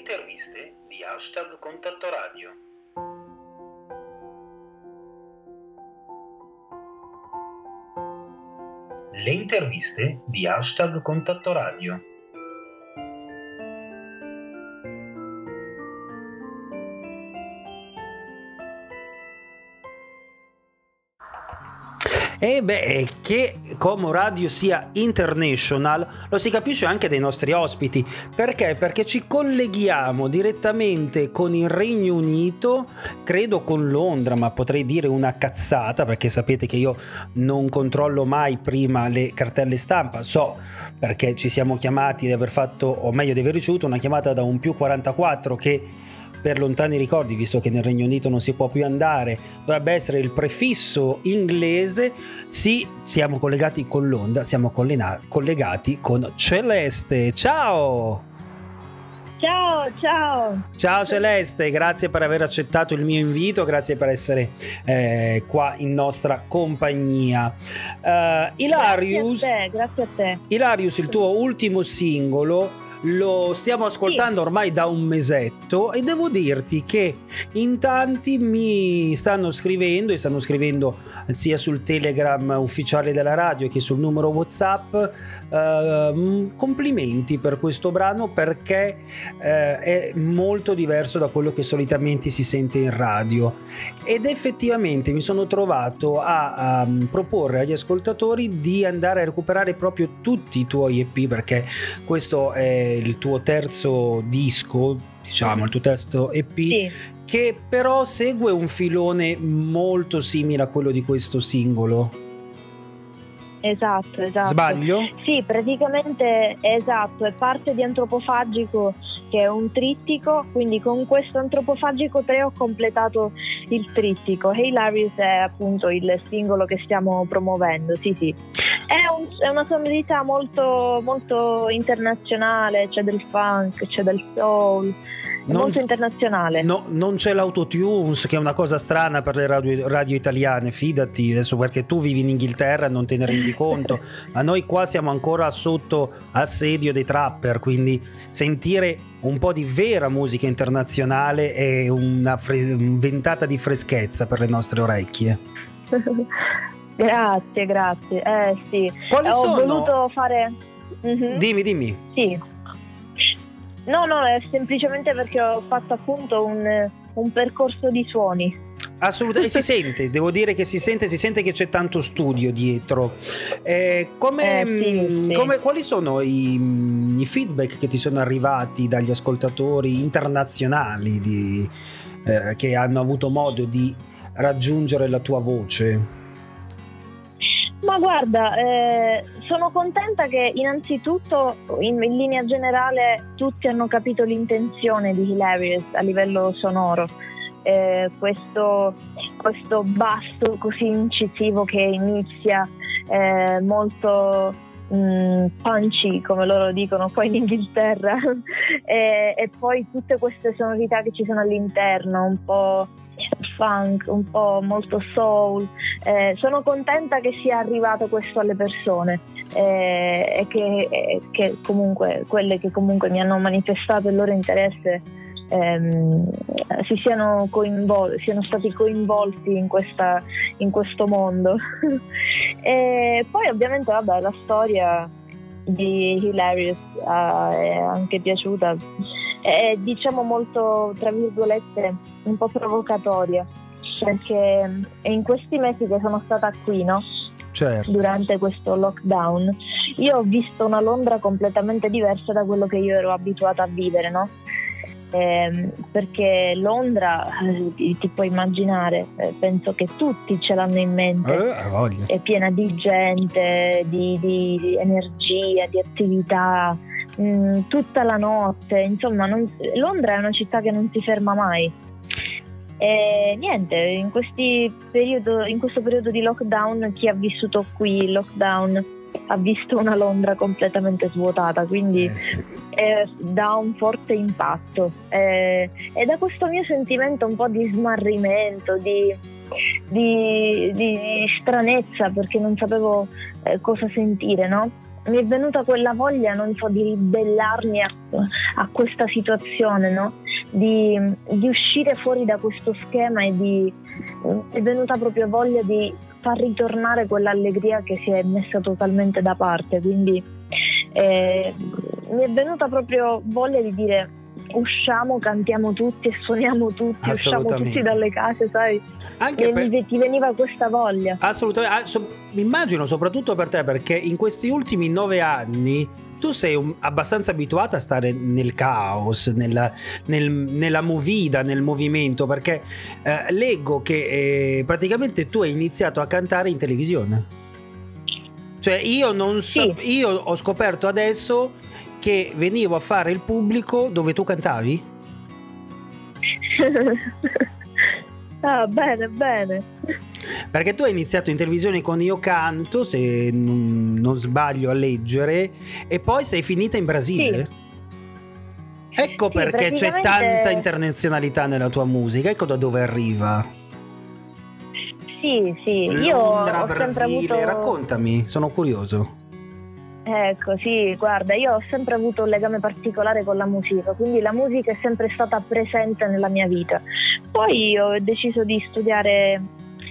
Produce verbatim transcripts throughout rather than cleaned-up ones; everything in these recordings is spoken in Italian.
interviste di hashtag Contatto Radio. Le interviste di hashtag Contatto Radio. E beh, che Como Radio sia international lo si capisce anche dai nostri ospiti. Perché? Perché ci colleghiamo direttamente con il Regno Unito, credo con Londra, ma potrei dire una cazzata perché sapete che io non controllo mai prima le cartelle stampa. So perché ci siamo chiamati di aver fatto, o meglio di aver ricevuto una chiamata da un più quarantaquattro che, per lontani ricordi, visto che nel Regno Unito non si può più andare, dovrebbe essere il prefisso inglese. Sì, siamo collegati con Londra, siamo collena- collegati con Celeste. Ciao! Ciao, ciao! Ciao Celeste, grazie per aver accettato il mio invito, grazie per essere eh, qua in nostra compagnia. Uh, Hilarious, grazie a te, grazie a te. Hilarious, il tuo ultimo singolo lo stiamo ascoltando ormai da un mesetto e devo dirti che in tanti mi stanno scrivendo e stanno scrivendo sia sul Telegram ufficiale della radio che sul numero WhatsApp eh, complimenti per questo brano, perché eh, è molto diverso da quello che solitamente si sente in radio, ed effettivamente mi sono trovato a, a proporre agli ascoltatori di andare a recuperare proprio tutti i tuoi E P, perché questo è il tuo terzo disco, diciamo il tuo terzo E P, sì, che però segue un filone molto simile a quello di questo singolo. Esatto, esatto. Sbaglio? Sì, praticamente esatto, è parte di Antropofagico, che è un trittico, quindi con questo Antropofagico tre ho completato il trittico. Hey Hilarious è appunto il singolo che stiamo promuovendo, sì sì. È, un, è una sonorità molto, molto internazionale, c'è del funk, c'è del soul, è non, molto internazionale. No, non c'è l'autotunes, che è una cosa strana per le radio, radio italiane, fidati, adesso perché tu vivi in Inghilterra e non te ne rendi conto, ma noi qua siamo ancora sotto assedio dei trapper, quindi sentire un po' di vera musica internazionale è una fre- ventata di freschezza per le nostre orecchie. Grazie, grazie. Eh sì. Quali Ho sono? voluto fare. Mm-hmm. Dimmi, dimmi. Sì. No, no, è semplicemente perché ho fatto appunto un, un percorso di suoni. Assolutamente, si sente, devo dire che si sente, si sente che c'è tanto studio dietro. Eh, come, eh, sì, sì. come, quali sono i, i feedback che ti sono arrivati dagli ascoltatori internazionali di, eh, che hanno avuto modo di raggiungere la tua voce? Ma guarda, eh, sono contenta che innanzitutto in, in linea generale tutti hanno capito l'intenzione di Hilarious a livello sonoro. Eh, questo, questo basso così incisivo che inizia eh, molto mh, punchy, come loro dicono qua in Inghilterra, e, e poi tutte queste sonorità che ci sono all'interno, un po' funk, un po' molto soul. Eh, sono contenta che sia arrivato questo alle persone eh, e che, eh, che comunque quelle che comunque mi hanno manifestato il loro interesse ehm, si siano coinvolti, siano stati coinvolti in questa in questo mondo. E poi ovviamente vabbè, la storia di Hilarious uh, è anche piaciuta, è diciamo molto tra virgolette un po' provocatoria, perché in questi mesi che sono stata qui, no? Certo. Durante questo lockdown io ho visto una Londra completamente diversa da quello che io ero abituata a vivere, no? Eh, perché Londra, eh, ti puoi immaginare, eh, penso che tutti ce l'hanno in mente, eh, è piena di gente, di, di, di energia, di attività, mh, tutta la notte, insomma non, Londra è una città che non si ferma mai. E niente, in, questi periodo, in questo periodo di lockdown, chi ha vissuto qui il lockdown ha visto una Londra completamente svuotata, quindi eh, sì. eh, dà un forte impatto eh, e da questo mio sentimento un po' di smarrimento, di, di, di stranezza, perché non sapevo eh, cosa sentire, no? mi è venuta quella voglia, non so, di ribellarmi a, a questa situazione, no? Di, di uscire fuori da questo schema e di è venuta proprio voglia di far ritornare quell'allegria che si è messa totalmente da parte, quindi eh, mi è venuta proprio voglia di dire usciamo, cantiamo tutti e suoniamo tutti, usciamo tutti dalle case, sai? Anche e per... mi, ti veniva questa voglia. Assolutamente, so, immagino soprattutto per te, perché in questi ultimi nove anni tu sei un, abbastanza abituata a stare nel caos, nella, nel, nella movida, nel movimento, perché eh, leggo che eh, praticamente tu hai iniziato a cantare in televisione. Cioè io non so, sì. Io ho scoperto adesso che venivo a fare il pubblico dove tu cantavi. Ah, bene, bene. Perché tu hai iniziato in televisione con Io Canto, se non, non sbaglio a leggere, e poi sei finita in Brasile. Sì. Ecco sì, perché praticamente... c'è tanta internazionalità nella tua musica. Ecco da dove arriva. Sì, sì. Londra, Io ho Brasile, sempre avuto... raccontami, sono curioso. Ecco, sì, guarda, io ho sempre avuto un legame particolare con la musica, quindi la musica è sempre stata presente nella mia vita. Poi ho deciso di studiare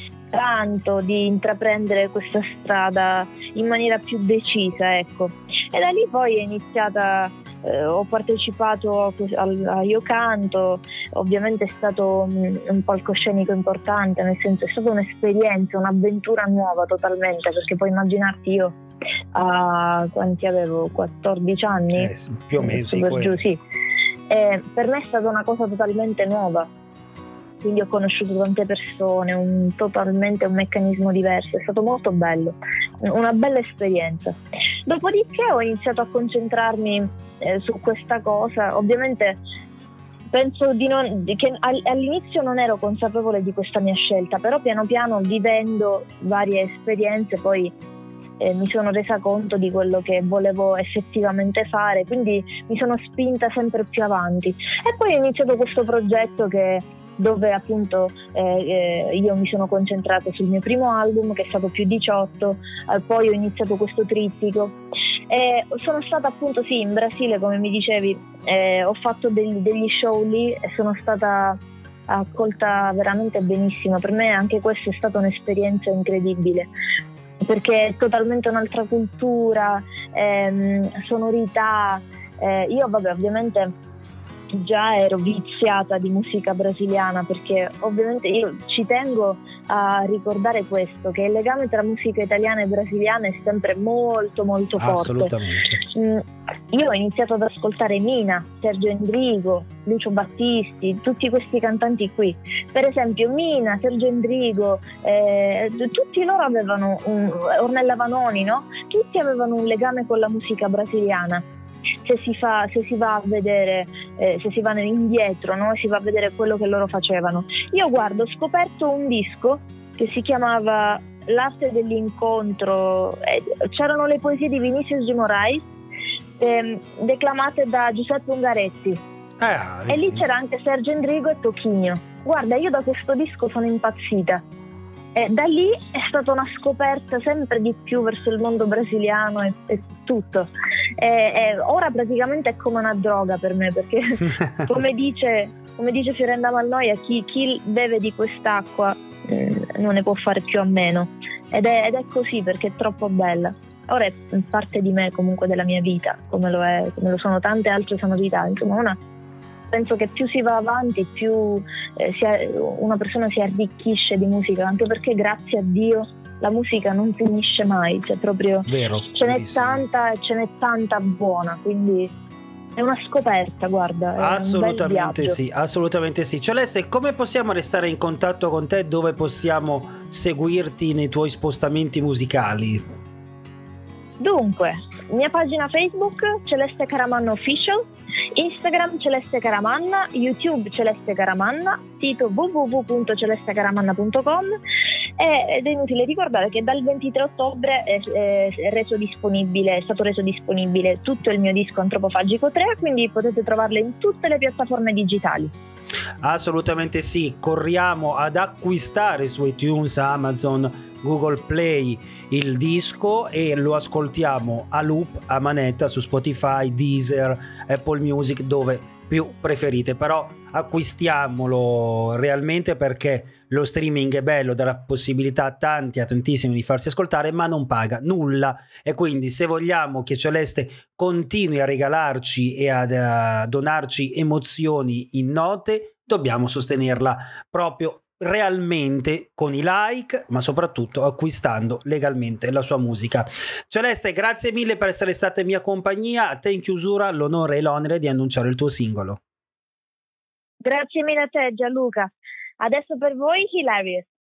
canto, di intraprendere questa strada in maniera più decisa, ecco. E da lì poi è iniziata, eh, ho partecipato al, a Io Canto, ovviamente è stato un, un palcoscenico importante, nel senso è stata un'esperienza, un'avventura nuova totalmente, perché puoi immaginarti io a quanti avevo? quattordici anni? Eh, più o meno, sì, giù, sì. E per me è stata una cosa totalmente nuova, quindi ho conosciuto tante persone, un, totalmente un meccanismo diverso, è stato molto bello, una bella esperienza. Dopodiché ho iniziato a concentrarmi eh, su questa cosa, ovviamente penso di non, che all'inizio non ero consapevole di questa mia scelta, però piano piano, vivendo varie esperienze, poi Eh, mi sono resa conto di quello che volevo effettivamente fare, quindi mi sono spinta sempre più avanti. E poi ho iniziato questo progetto che, dove appunto eh, eh, io mi sono concentrata sul mio primo album, che è stato Più diciotto, eh, poi ho iniziato questo trittico e sono stata appunto sì in Brasile, come mi dicevi, eh, ho fatto degli, degli show lì e sono stata accolta veramente benissimo. Per me anche questa è stata un'esperienza incredibile, perché è totalmente un'altra cultura, ehm, sonorità. Eh, io vabbè ovviamente già ero viziata di musica brasiliana, perché ovviamente io ci tengo a ricordare questo, che il legame tra musica italiana e brasiliana è sempre molto molto forte. Assolutamente. Mm, io ho iniziato ad ascoltare Mina, Sergio Endrigo, Lucio Battisti, tutti questi cantanti qui. Per esempio Mina, Sergio Endrigo, eh, tutti loro avevano un, Ornella Vanoni, no? Tutti avevano un legame con la musica brasiliana. Se si, fa, se si va a vedere, eh, se si va indietro, no? Si va a vedere quello che loro facevano. Io guardo, ho scoperto un disco che si chiamava L'arte dell'incontro, eh, c'erano le poesie di Vinicius de Moraes, eh, declamate da Giuseppe Ungaretti, ah, e lì c'era anche Sergio Endrigo e Toquinho. Guarda, io da questo disco sono impazzita. E da lì è stata una scoperta sempre di più verso il mondo brasiliano e, e tutto. E, e ora praticamente è come una droga per me, perché come dice, come dice Fiorella Mannoia, chi, chi beve di quest'acqua eh, non ne può fare più a meno. Ed è, ed è così, perché è troppo bella. Ora è parte di me, comunque della mia vita, come lo, è, come lo sono tante altre sonorità. Insomma, una, penso che più si va avanti, più eh, si, una persona si arricchisce di musica, anche perché grazie a Dio la musica non finisce mai, cioè proprio Vero, ce n'è verissimo. tanta e ce n'è tanta buona, quindi è una scoperta, guarda. È assolutamente un bel sì, assolutamente sì. Celeste, come possiamo restare in contatto con te? Dove possiamo seguirti nei tuoi spostamenti musicali? Dunque, mia pagina Facebook Celeste Caramanna Official, Instagram Celeste Caramanna, YouTube Celeste Caramanna, sito w w w punto celeste caramanna punto com, ed è inutile ricordare che dal ventitré ottobre è, è, è, reso disponibile, è stato reso disponibile tutto il mio disco Antropofagico tre, quindi potete trovarlo in tutte le piattaforme digitali. Assolutamente sì, corriamo ad acquistare su iTunes, Amazon, Google Play il disco e lo ascoltiamo a loop, a manetta su Spotify, Deezer, Apple Music, dove più preferite, però acquistiamolo realmente, perché lo streaming è bello, dà la possibilità a tanti, a tantissimi di farsi ascoltare, ma non paga nulla, e quindi se vogliamo che Celeste continui a regalarci e ad, a donarci emozioni in note, dobbiamo sostenerla proprio realmente con i like, ma soprattutto acquistando legalmente la sua musica. Celeste, grazie mille per essere stata in mia compagnia. A te in chiusura l'onore e l'onere di annunciare il tuo singolo. Grazie mille a te, Gianluca. Adesso per voi Hilarious.